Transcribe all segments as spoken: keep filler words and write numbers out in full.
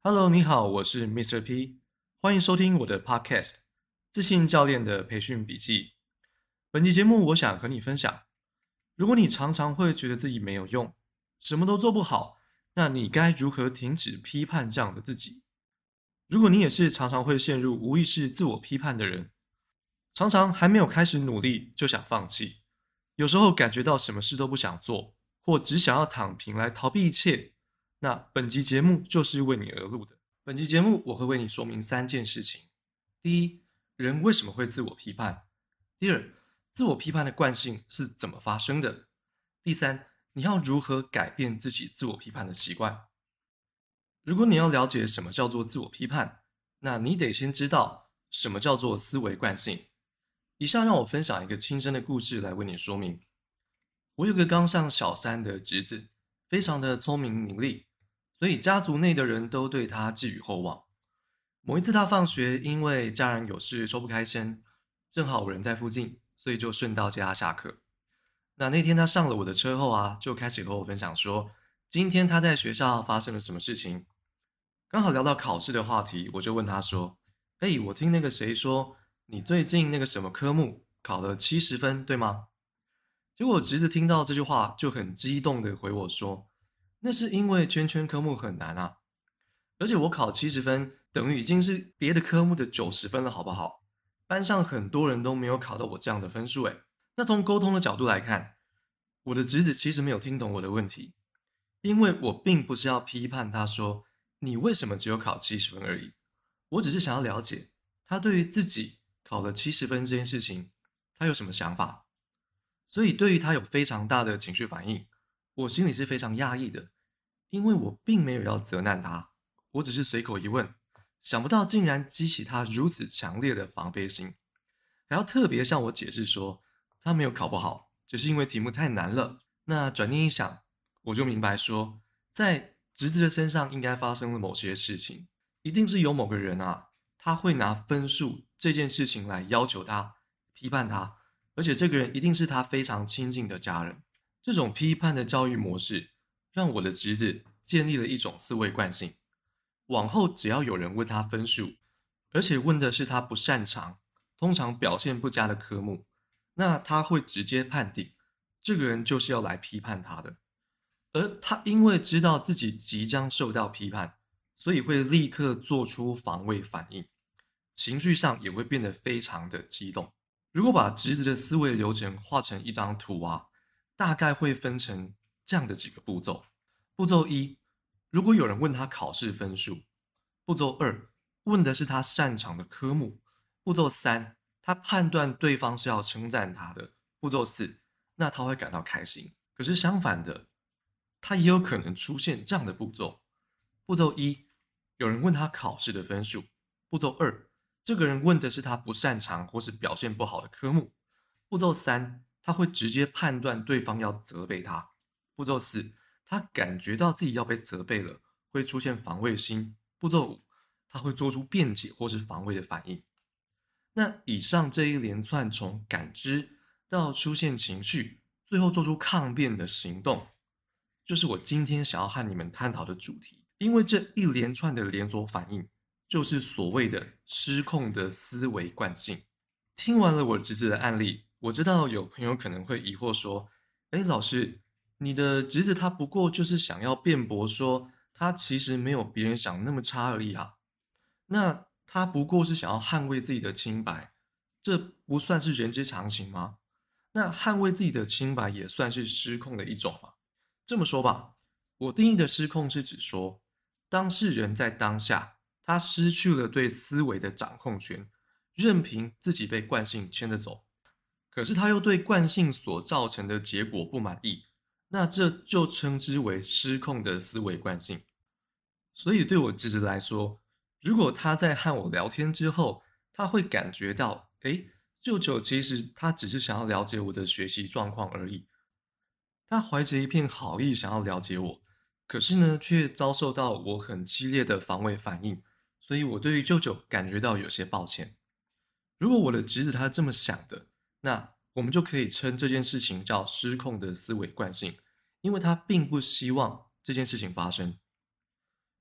Hello，你好，我是 Mister P，欢迎收听我的 Podcast《自信教练的培训笔记》。本期节目，我想和你分享，如果你常常会觉得自己没有用，什么都做不好，那你该如何停止批判这样的自己？如果你也是常常会陷入无意识自我批判的人，常常还没有开始努力就想放弃，有时候感觉到什么事都不想做，或只想要躺平来逃避一切，那本集节目就是为你而录的。本集节目我会为你说明三件事情：第一，人为什么会自我批判；第二，自我批判的惯性是怎么发生的；第三，你要如何改变自己自我批判的习惯。如果你要了解什么叫做自我批判，那你得先知道什么叫做思维惯性。以下让我分享一个亲身的故事来为你说明。我有个刚上小三的侄子，非常的聪明伶俐，所以家族内的人都对他寄予厚望。某一次他放学，因为家人有事抽不开身，正好我人在附近，所以就顺道接他下课。那那天他上了我的车后啊，就开始和我分享说，今天他在学校发生了什么事情。刚好聊到考试的话题，我就问他说：“哎，我听那个谁说，你最近那个什么科目考了七十分，对吗？”结果我侄子听到这句话，就很激动的回我说：“那是因为圈圈科目很难啊，而且我考七十分，等于已经是别的科目的九十分了，好不好？班上很多人都没有考到我这样的分数，诶。那从沟通的角度来看，我的侄子其实没有听懂我的问题，因为我并不是要批判他说你为什么只有考七十分而已，我只是想要了解他对于自己考了七十分这件事情，他有什么想法。所以对于他有非常大的情绪反应，我心里是非常讶异的，因为我并没有要责难他，我只是随口一问，想不到竟然激起他如此强烈的防备心，还要特别向我解释说他没有考不好，只是因为题目太难了。那转念一想，我就明白说，在侄子的身上应该发生了某些事情，一定是有某个人啊，他会拿分数这件事情来要求他、批判他，而且这个人一定是他非常亲近的家人。这种批判的教育模式，让我的侄子建立了一种思维惯性。往后只要有人问他分数，而且问的是他不擅长、通常表现不佳的科目，那他会直接判定这个人就是要来批判他的。而他因为知道自己即将受到批判，所以会立刻做出防卫反应，情绪上也会变得非常的激动。如果把侄子的思维流程画成一张图啊，大概会分成这样的几个步骤。步骤一，如果有人问他考试分数；步骤二，问的是他擅长的科目；步骤三，他判断对方是要称赞他的；步骤四，那他会感到开心。可是相反的，他也有可能出现这样的步骤：步骤一，有人问他考试的分数；步骤二，这个人问的是他不擅长或是表现不好的科目；步骤三，他会直接判断对方要责备他；步骤四，他感觉到自己要被责备了，会出现防卫心；步骤五，他会做出辩解或是防卫的反应。那以上这一连串从感知到出现情绪，最后做出抗辩的行动，就是我今天想要和你们探讨的主题。因为这一连串的连锁反应，就是所谓的失控的思维惯性。听完了我侄子的案例，我知道有朋友可能会疑惑说：“诶，老师，你的侄子他不过就是想要辩驳说，他其实没有别人想那么差而已啊。那他不过是想要捍卫自己的清白，这不算是人之常情吗？那捍卫自己的清白也算是失控的一种吗？”这么说吧，我定义的失控是指说，当事人在当下，他失去了对思维的掌控权，任凭自己被惯性牵着走，可是他又对惯性所造成的结果不满意，那这就称之为失控的思维惯性。所以对我侄子来说，如果他在和我聊天之后，他会感觉到，诶，舅舅其实他只是想要了解我的学习状况而已，他怀着一片好意想要了解我，可是呢，却遭受到我很激烈的防卫反应，所以我对于舅舅感觉到有些抱歉。如果我的侄子他这么想的，那我们就可以称这件事情叫失控的思维惯性，因为他并不希望这件事情发生。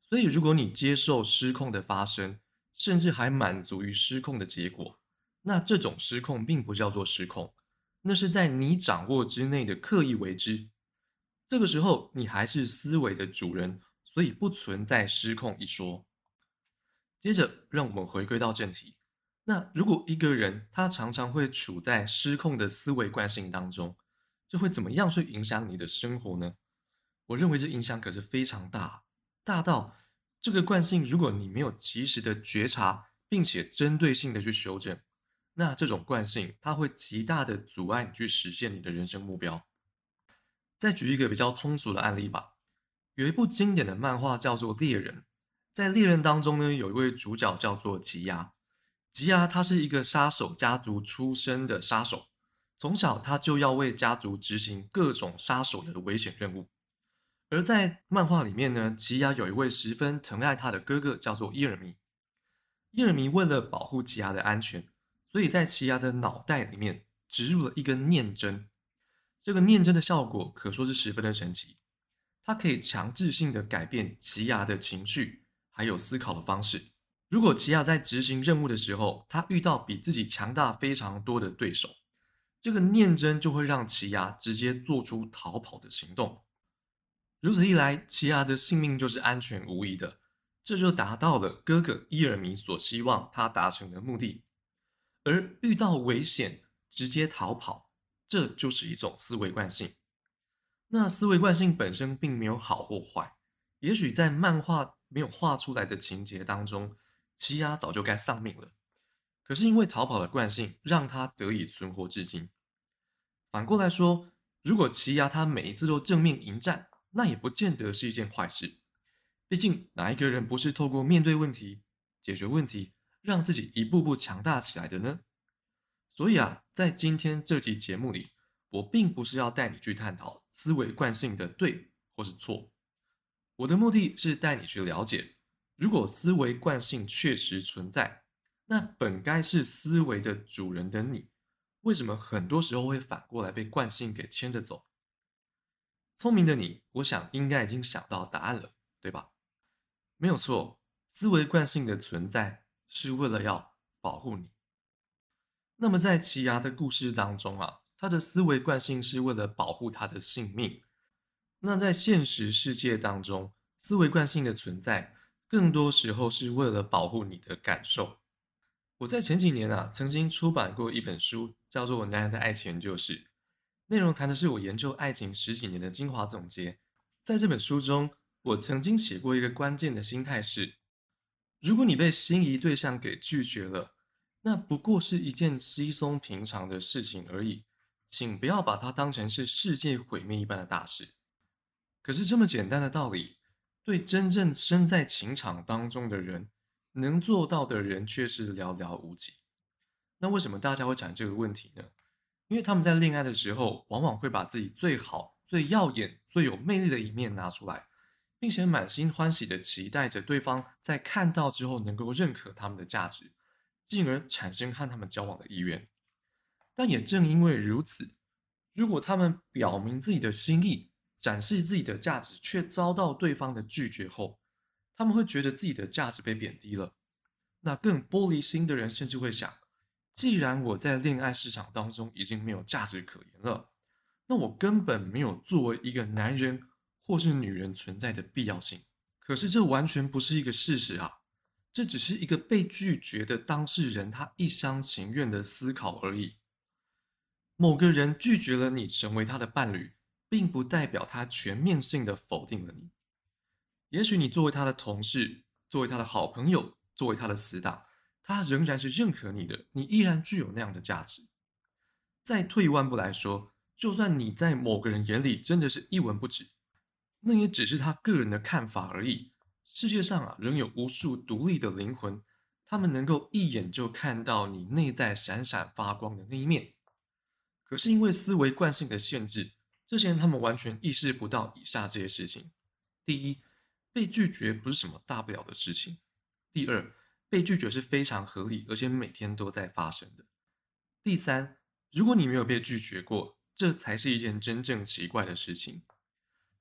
所以如果你接受失控的发生，甚至还满足于失控的结果，那这种失控并不叫做失控，那是在你掌握之内的刻意为之。这个时候你还是思维的主人，所以不存在失控一说。接着让我们回归到正题，那如果一个人他常常会处在失控的思维惯性当中，这会怎么样去影响你的生活呢？我认为这影响可是非常大，大到这个惯性如果你没有及时的觉察，并且针对性的去修正，那这种惯性它会极大的阻碍你去实现你的人生目标。再举一个比较通俗的案例吧，有一部经典的漫画叫做《猎人》，在《猎人》当中呢，有一位主角叫做吉亚。吉亚他是一个杀手家族出身的杀手，从小他就要为家族执行各种杀手的危险任务。而在漫画里面呢，吉亚有一位十分疼爱他的哥哥，叫做伊尔米。伊尔米为了保护吉亚的安全，所以在吉亚的脑袋里面植入了一根念针。这个念针的效果可说是十分的神奇，它可以强制性的改变吉亚的情绪，还有思考的方式。如果吉亚在执行任务的时候，他遇到比自己强大非常多的对手，这个念针就会让奇亚直接做出逃跑的行动。如此一来，奇亚的性命就是安全无疑的，这就达到了哥哥伊尔米所希望他达成的目的。而遇到危险直接逃跑，这就是一种思维惯性。那思维惯性本身并没有好或坏，也许在漫画没有画出来的情节当中，奇亚早就该丧命了。可是因为逃跑的惯性，让他得以存活至今。反过来说，如果奇亚他每一次都正面迎战，那也不见得是一件坏事。毕竟哪一个人不是透过面对问题、解决问题，让自己一步步强大起来的呢？所以啊，在今天这期节目里，我并不是要带你去探讨思维惯性的对或是错，我的目的是带你去了解，如果思维惯性确实存在，那本该是思维的主人的你，为什么很多时候会反过来被惯性给牵着走？聪明的你，我想应该已经想到答案了，对吧？没有错，思维惯性的存在是为了要保护你。那么在奇亚的故事当中啊，他的思维惯性是为了保护他的性命。那在现实世界当中，思维惯性的存在，更多时候是为了保护你的感受。我在前几年啊，曾经出版过一本书，叫做《男人的爱情研究室》，内容谈的是我研究爱情十几年的精华总结。在这本书中，我曾经写过一个关键的心态是：如果你被心仪对象给拒绝了，那不过是一件稀松平常的事情而已，请不要把它当成是世界毁灭一般的大事。可是这么简单的道理，对真正身在情场当中的人，能做到的人却是寥寥无几。那为什么大家会讲这个问题呢？因为他们在恋爱的时候，往往会把自己最好、最耀眼、最有魅力的一面拿出来，并且满心欢喜的期待着对方在看到之后能够认可他们的价值，进而产生和他们交往的意愿。但也正因为如此，如果他们表明自己的心意，展示自己的价值，却遭到对方的拒绝后，他们会觉得自己的价值被贬低了。那更玻璃心的人甚至会想，既然我在恋爱市场当中已经没有价值可言了，那我根本没有作为一个男人或是女人存在的必要性。可是这完全不是一个事实啊，这只是一个被拒绝的当事人他一厢情愿的思考而已。某个人拒绝了你成为他的伴侣，并不代表他全面性的否定了你。也许你作为他的同事，作为他的好朋友，作为他的死党，他仍然是认可你的，你依然具有那样的价值。再退一万步来说，就算你在某个人眼里真的是一文不值，那也只是他个人的看法而已。世界上啊，仍有无数独立的灵魂，他们能够一眼就看到你内在闪闪发光的那一面。可是因为思维惯性的限制，这些人他们完全意识不到以下这些事情：第一，被拒绝不是什么大不了的事情；第二，被拒绝是非常合理，而且每天都在发生的；第三，如果你没有被拒绝过，这才是一件真正奇怪的事情。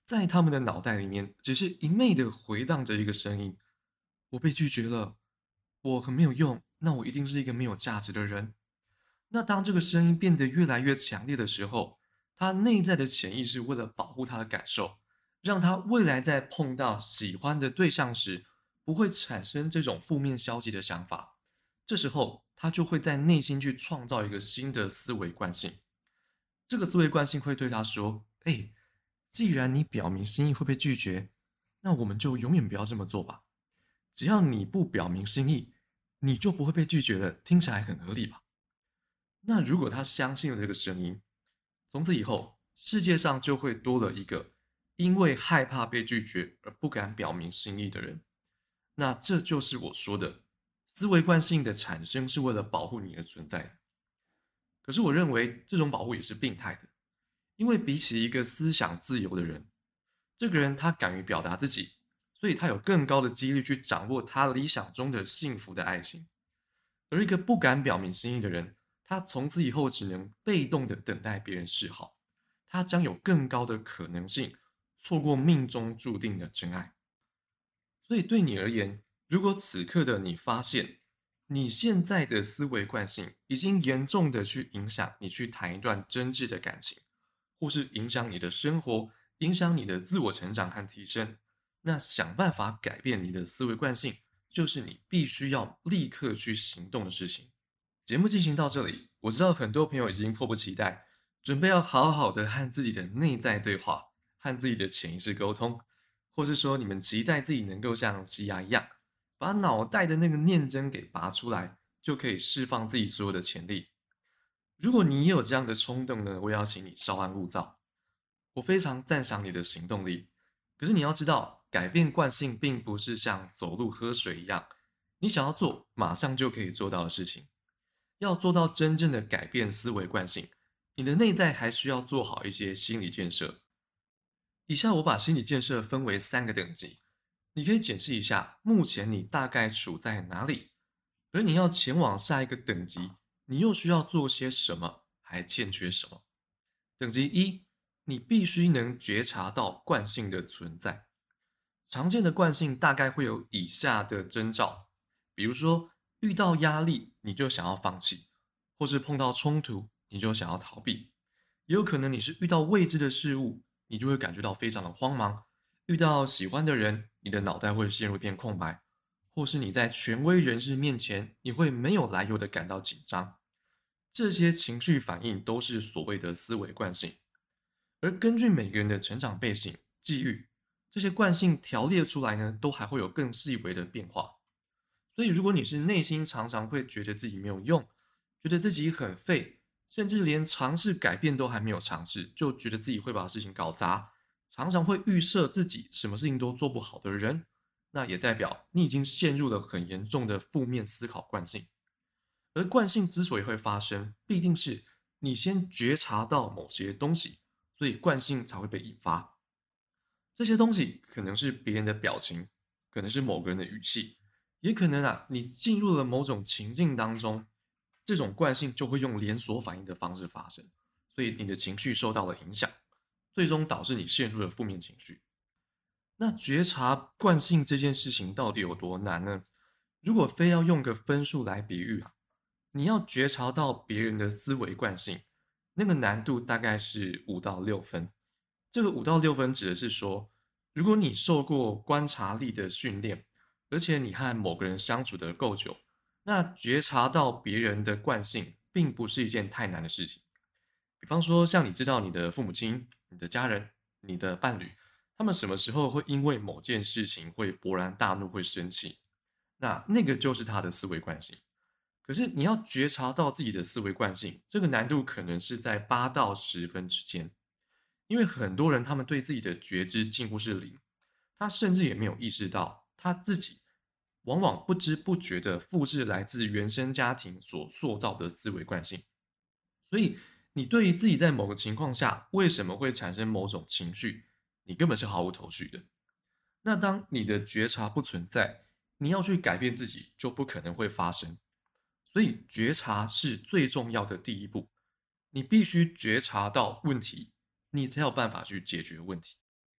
在他们的脑袋里面只是一昧的回荡着一个声音：我被拒绝了，我很没有用，那我一定是一个没有价值的人。那当这个声音变得越来越强烈的时候，他内在的潜意识为了保护他的感受，让他未来在碰到喜欢的对象时，不会产生这种负面消极的想法。这时候，他就会在内心去创造一个新的思维惯性。这个思维惯性会对他说：“哎，既然你表明心意会被拒绝，那我们就永远不要这么做吧。只要你不表明心意，你就不会被拒绝了。听起来很合理吧？”那如果他相信了这个声音，从此以后，世界上就会多了一个因为害怕被拒绝而不敢表明心意的人。那这就是我说的，思维惯性的产生是为了保护你的存在的。可是我认为这种保护也是病态的，因为比起一个思想自由的人，这个人他敢于表达自己，所以他有更高的几率去掌握他理想中的幸福的爱情。而一个不敢表明心意的人，他从此以后只能被动的等待别人示好，他将有更高的可能性错过命中注定的真爱。所以对你而言，如果此刻的你发现，你现在的思维惯性已经严重的去影响你去谈一段真挚的感情，或是影响你的生活，影响你的自我成长和提升，那想办法改变你的思维惯性，就是你必须要立刻去行动的事情。节目进行到这里，我知道很多朋友已经迫不及待，准备要好好的和自己的内在对话，和自己的潜意识沟通，或是说你们期待自己能够像鸡鸭一样，把脑袋的那个念针给拔出来，就可以释放自己所有的潜力。如果你也有这样的冲动呢，我也要请你稍安勿躁。我非常赞赏你的行动力，可是你要知道，改变惯性并不是像走路喝水一样，你想要做马上就可以做到的事情。要做到真正的改变思维惯性，你的内在还需要做好一些心理建设。以下我把心理建设分为三个等级，你可以检视一下目前你大概处在哪里，而你要前往下一个等级，你又需要做些什么，还欠缺什么。等级一，你必须能觉察到惯性的存在。常见的惯性大概会有以下的征兆，比如说遇到压力你就想要放弃，或是碰到冲突你就想要逃避，也有可能你是遇到未知的事物，你就会感觉到非常的慌忙，遇到喜欢的人，你的脑袋会陷入一片空白，或是你在权威人士面前，你会没有来由的感到紧张。这些情绪反应都是所谓的思维惯性，而根据每个人的成长背景、际遇，这些惯性条列出来呢，都还会有更细微的变化。所以，如果你是内心常常会觉得自己没有用，觉得自己很废，甚至连尝试改变都还没有尝试，就觉得自己会把事情搞砸，常常会预设自己什么事情都做不好的人，那也代表你已经陷入了很严重的负面思考惯性。而惯性之所以会发生，必定是你先觉察到某些东西，所以惯性才会被引发。这些东西可能是别人的表情，可能是某个人的语气，也可能啊，你进入了某种情境当中，这种惯性就会用连锁反应的方式发生，所以你的情绪受到了影响，最终导致你陷入了负面情绪。那觉察惯性这件事情到底有多难呢？如果非要用个分数来比喻啊，你要觉察到别人的思维惯性，那个难度大概是五到六分。这个五到六分指的是说，如果你受过观察力的训练，而且你和某个人相处的够久，那觉察到别人的惯性，并不是一件太难的事情。比方说，像你知道你的父母亲、你的家人、你的伴侣，他们什么时候会因为某件事情会勃然大怒、会生气，那那个就是他的思维惯性。可是你要觉察到自己的思维惯性，这个难度可能是在八到十分之间。因为很多人他们对自己的觉知近乎是零，他甚至也没有意识到他自己往往不知不觉的复制来自原生家庭所塑造的思维惯性。所以你对于自己在某个情况下为什么会产生某种情绪，你根本是毫无头绪的。那当你的觉察不存在，你要去改变自己就不可能会发生。所以觉察是最重要的第一步，你必须觉察到问题，你才有办法去解决问题。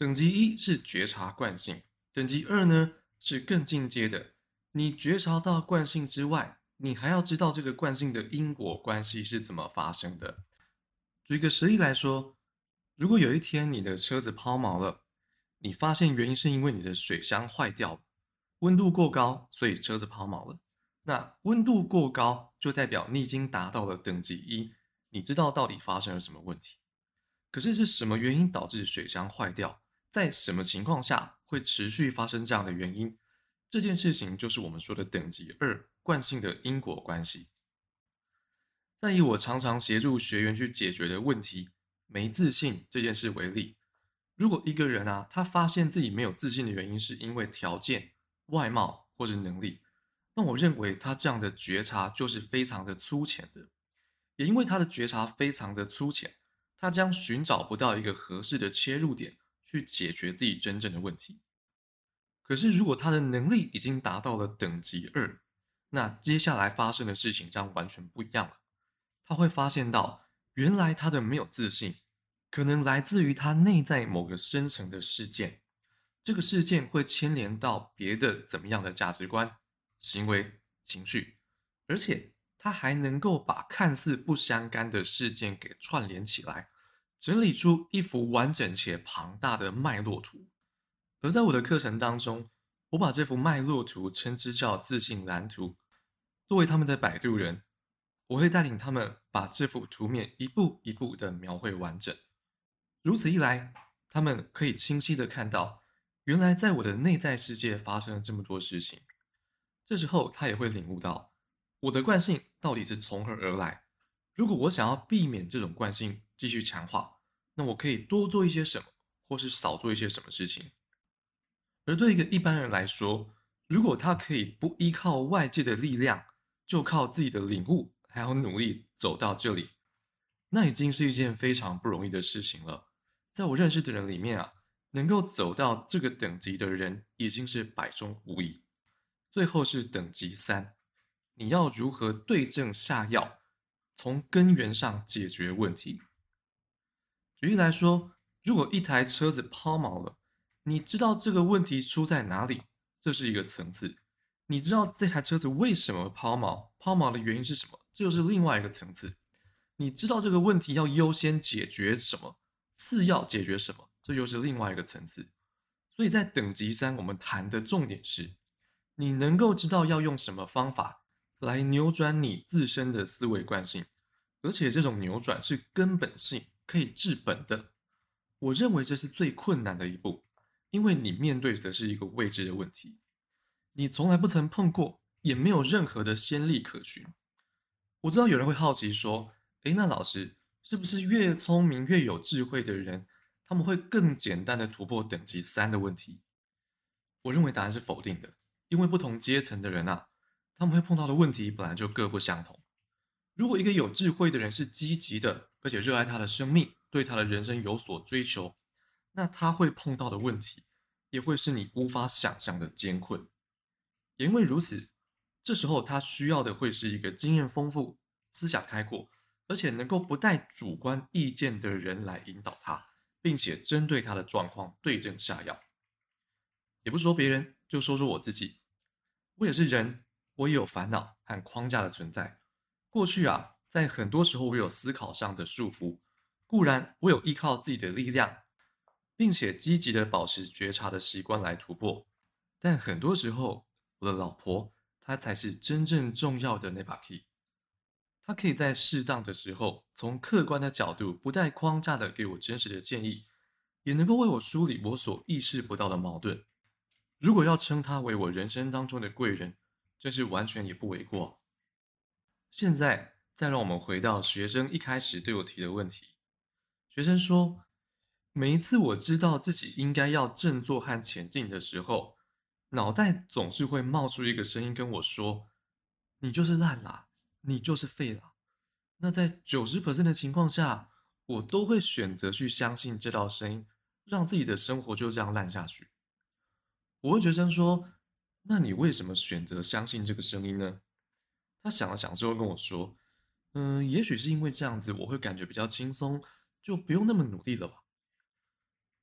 等级一是觉察惯性，等级二呢是更进阶的。你觉察到惯性之外，你还要知道这个惯性的因果关系是怎么发生的。举个实例来说，如果有一天你的车子抛锚了，你发现原因是因为你的水箱坏掉了，温度过高，所以车子抛锚了。那温度过高就代表你已经达到了等级一，你知道到底发生了什么问题。可是是什么原因导致水箱坏掉？在什么情况下会持续发生这样的原因？这件事情就是我们说的等级二惯性的因果关系。再以我常常协助学员去解决的问题，没自信这件事为例，如果一个人啊，他发现自己没有自信的原因是因为条件、外貌或者能力，那我认为他这样的觉察就是非常的粗浅的。也因为他的觉察非常的粗浅，他将寻找不到一个合适的切入点去解决自己真正的问题。可是如果他的能力已经达到了等级二，那接下来发生的事情将完全不一样了。他会发现到，原来他的没有自信，可能来自于他内在某个深层的事件。这个事件会牵连到别的怎么样的价值观、行为、情绪，而且他还能够把看似不相干的事件给串联起来，整理出一幅完整且庞大的脉络图。而在我的课程当中，我把这幅脉络图称之叫自信蓝图。作为他们的摆渡人，我会带领他们把这幅图面一步一步的描绘完整。如此一来，他们可以清晰的看到，原来在我的内在世界发生了这么多事情。这时候，他也会领悟到，我的惯性到底是从何而来。如果我想要避免这种惯性继续强化，那我可以多做一些什么，或是少做一些什么事情。而对一个一般人来说，如果他可以不依靠外界的力量，就靠自己的领悟还有努力走到这里，那已经是一件非常不容易的事情了。在我认识的人里面啊，能够走到这个等级的人已经是百中无一。最后是等级三，你要如何对症下药，从根源上解决问题。举例来说，如果一台车子抛锚了，你知道这个问题出在哪里，这是一个层次；你知道这台车子为什么抛锚，抛锚的原因是什么，这就是另外一个层次；你知道这个问题要优先解决什么，次要解决什么，这又是另外一个层次。所以在等级三，我们谈的重点是，你能够知道要用什么方法来扭转你自身的思维惯性，而且这种扭转是根本性，可以治本的。我认为这是最困难的一步，因为你面对的是一个未知的问题，你从来不曾碰过，也没有任何的先例可循。我知道有人会好奇说，诶，那老师，是不是越聪明越有智慧的人，他们会更简单的突破等级三的问题？我认为答案是否定的，因为不同阶层的人啊，他们会碰到的问题本来就各不相同。如果一个有智慧的人是积极的，而且热爱他的生命，对他的人生有所追求，那他会碰到的问题，也会是你无法想象的艰困。也因为如此，这时候他需要的会是一个经验丰富、思想开阔，而且能够不带主观意见的人来引导他，并且针对他的状况对症下药。也不说别人，就说说我自己。我也是人，我也有烦恼和框架的存在。过去啊，在很多时候我有思考上的束缚，固然我有依靠自己的力量，并且积极的保持觉察的习惯来突破，但很多时候，我的老婆她才是真正重要的那把 key。她可以在适当的时候，从客观的角度，不带框架的给我真实的建议，也能够为我梳理我所意识不到的矛盾。如果要称她为我人生当中的贵人，真是完全也不为过。现在，再让我们回到学生一开始对我提的问题。学生说，每一次我知道自己应该要振作和前进的时候，脑袋总是会冒出一个声音跟我说：“你就是烂啦，你就是废啦。”那在 百分之九十 的情况下，我都会选择去相信这道声音，让自己的生活就这样烂下去。我问学生说：“那你为什么选择相信这个声音呢？”他想了想之后跟我说：“嗯，也许是因为这样子，我会感觉比较轻松，就不用那么努力了吧。”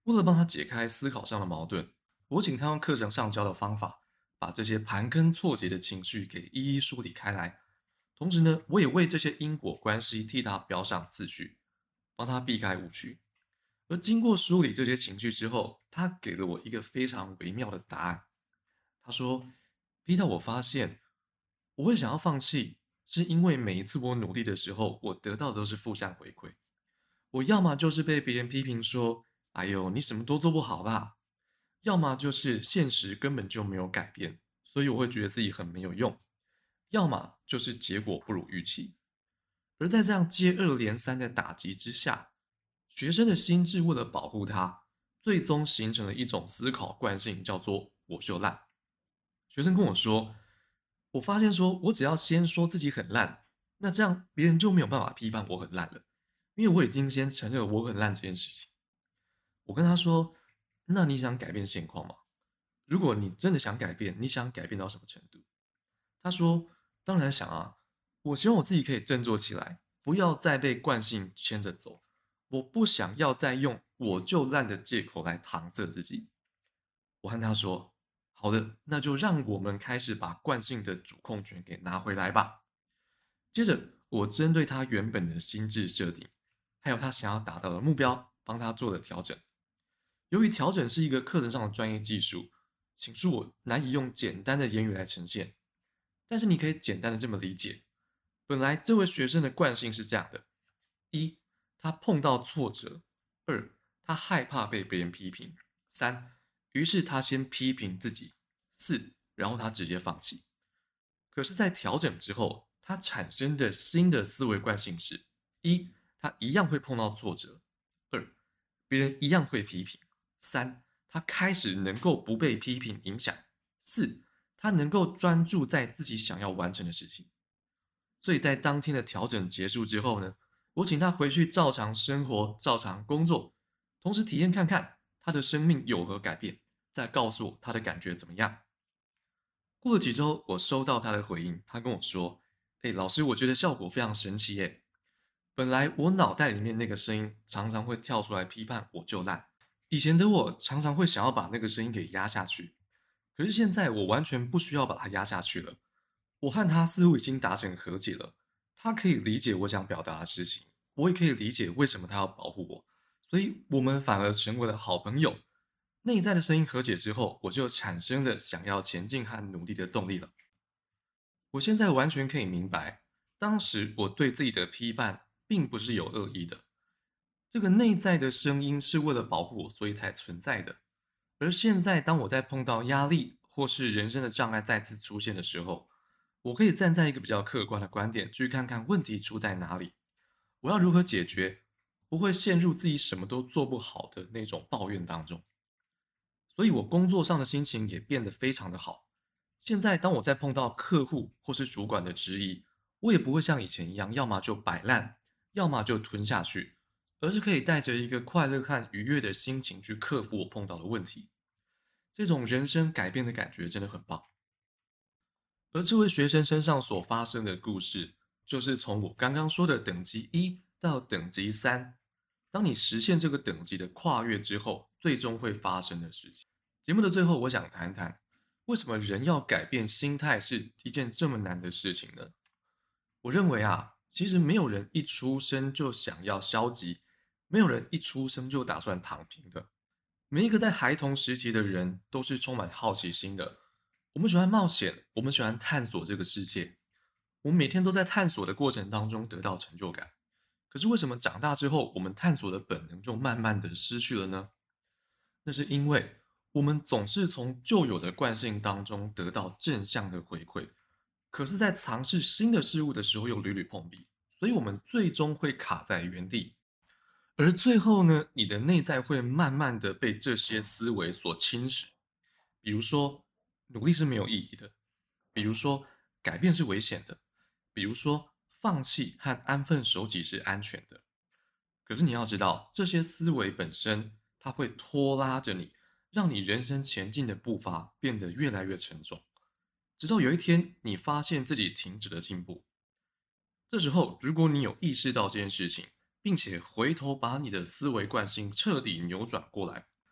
为了帮他解开思考上的矛盾，我请他用课程上教的方法，把这些盘根错节的情绪给一一梳理开来。同时呢，我也为这些因果关系替他标上次序，帮他避开误区。而经过梳理这些情绪之后，他给了我一个非常微妙的答案。他说：逼到我发现，我会想要放弃，是因为每一次我努力的时候，我得到的都是负向回馈。我要么就是被别人批评说：“哎呦，你什么都做不好吧。”要么就是现实根本就没有改变，所以我会觉得自己很没有用；要么就是结果不如预期。而在这样接二连三的打击之下，学生的心智为了保护他，最终形成了一种思考惯性，叫做“我就烂”。学生跟我说，我发现说我只要先说自己很烂，那这样别人就没有办法批判我很烂了，因为我已经先承认了我很烂这件事情。我跟他说，那你想改变现况吗？如果你真的想改变，你想改变到什么程度？他说，当然想啊，我希望我自己可以振作起来，不要再被惯性牵着走。我不想要再用我就烂的借口来搪塞自己。我和他说，好的，那就让我们开始把惯性的主控权给拿回来吧。接着，我针对他原本的心智设定，还有他想要达到的目标，帮他做了调整。由于调整是一个课程上的专业技术，请恕我难以用简单的言语来呈现，但是你可以简单的这么理解：本来这位学生的惯性是这样的：一，他碰到挫折；二，他害怕被别人批评；三，于是他先批评自己；四，然后他直接放弃。可是，在调整之后，他产生的新的思维惯性是：一，他一样会碰到挫折；二，别人一样会批评；三，他开始能够不被批评影响；四，他能够专注在自己想要完成的事情。所以在当天的调整结束之后呢，我请他回去照常生活、照常工作，同时体验看看他的生命有何改变，再告诉我他的感觉怎么样。过了几周，我收到他的回应，他跟我说：“哎，老师，我觉得效果非常神奇耶！本来我脑袋里面那个声音常常会跳出来批判我就烂，以前的我常常会想要把那个声音给压下去，可是现在我完全不需要把它压下去了。我和他似乎已经达成和解了，他可以理解我想表达的事情，我也可以理解为什么他要保护我，所以我们反而成为了好朋友。内在的声音和解之后，我就产生了想要前进和努力的动力了。我现在完全可以明白，当时我对自己的批判并不是有恶意的，这个内在的声音是为了保护我，所以才存在的。而现在，当我在碰到压力或是人生的障碍再次出现的时候，我可以站在一个比较客观的观点，去看看问题出在哪里，我要如何解决，不会陷入自己什么都做不好的那种抱怨当中。所以我工作上的心情也变得非常的好。现在当我在碰到客户或是主管的质疑，我也不会像以前一样，要么就摆烂，要么就吞下去，而是可以带着一个快乐和愉悦的心情去克服我碰到的问题。这种人生改变的感觉真的很棒。而这位学生身上所发生的故事，就是从我刚刚说的等级一到等级三，当你实现这个等级的跨越之后，最终会发生的事情。节目的最后，我想谈谈，为什么人要改变心态是一件这么难的事情呢？我认为啊，其实没有人一出生就想要消极，没有人一出生就打算躺平的。每一个在孩童时期的人都是充满好奇心的，我们喜欢冒险，我们喜欢探索这个世界，我们每天都在探索的过程当中得到成就感。可是为什么长大之后，我们探索的本能就慢慢的失去了呢？那是因为我们总是从旧有的惯性当中得到正向的回馈，可是，在尝试新的事物的时候又屡屡碰壁，所以我们最终会卡在原地。而最后呢，你的内在会慢慢的被这些思维所侵蚀。比如说，努力是没有意义的；比如说，改变是危险的；比如说，放弃和安分守己是安全的。可是你要知道，这些思维本身，它会拖拉着你，让你人生前进的步伐变得越来越沉重，直到有一天你发现自己停止了进步。这时候，如果你有意识到这件事情，并且回头把你的思维惯性彻底扭转过来，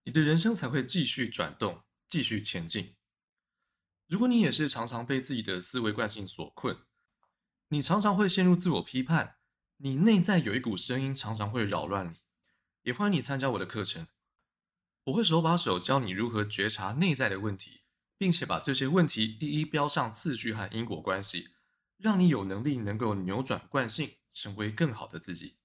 你的人生才会继续转动，继续前进。如果你也是常常被自己的思维惯性所困，你常常会陷入自我批判，你内在有一股声音常常会扰乱你，也欢迎你参加我的课程。我会手把手教你如何觉察内在的问题，并且把这些问题一一标上次序和因果关系，让你有能力能够扭转惯性，成为更好的自己。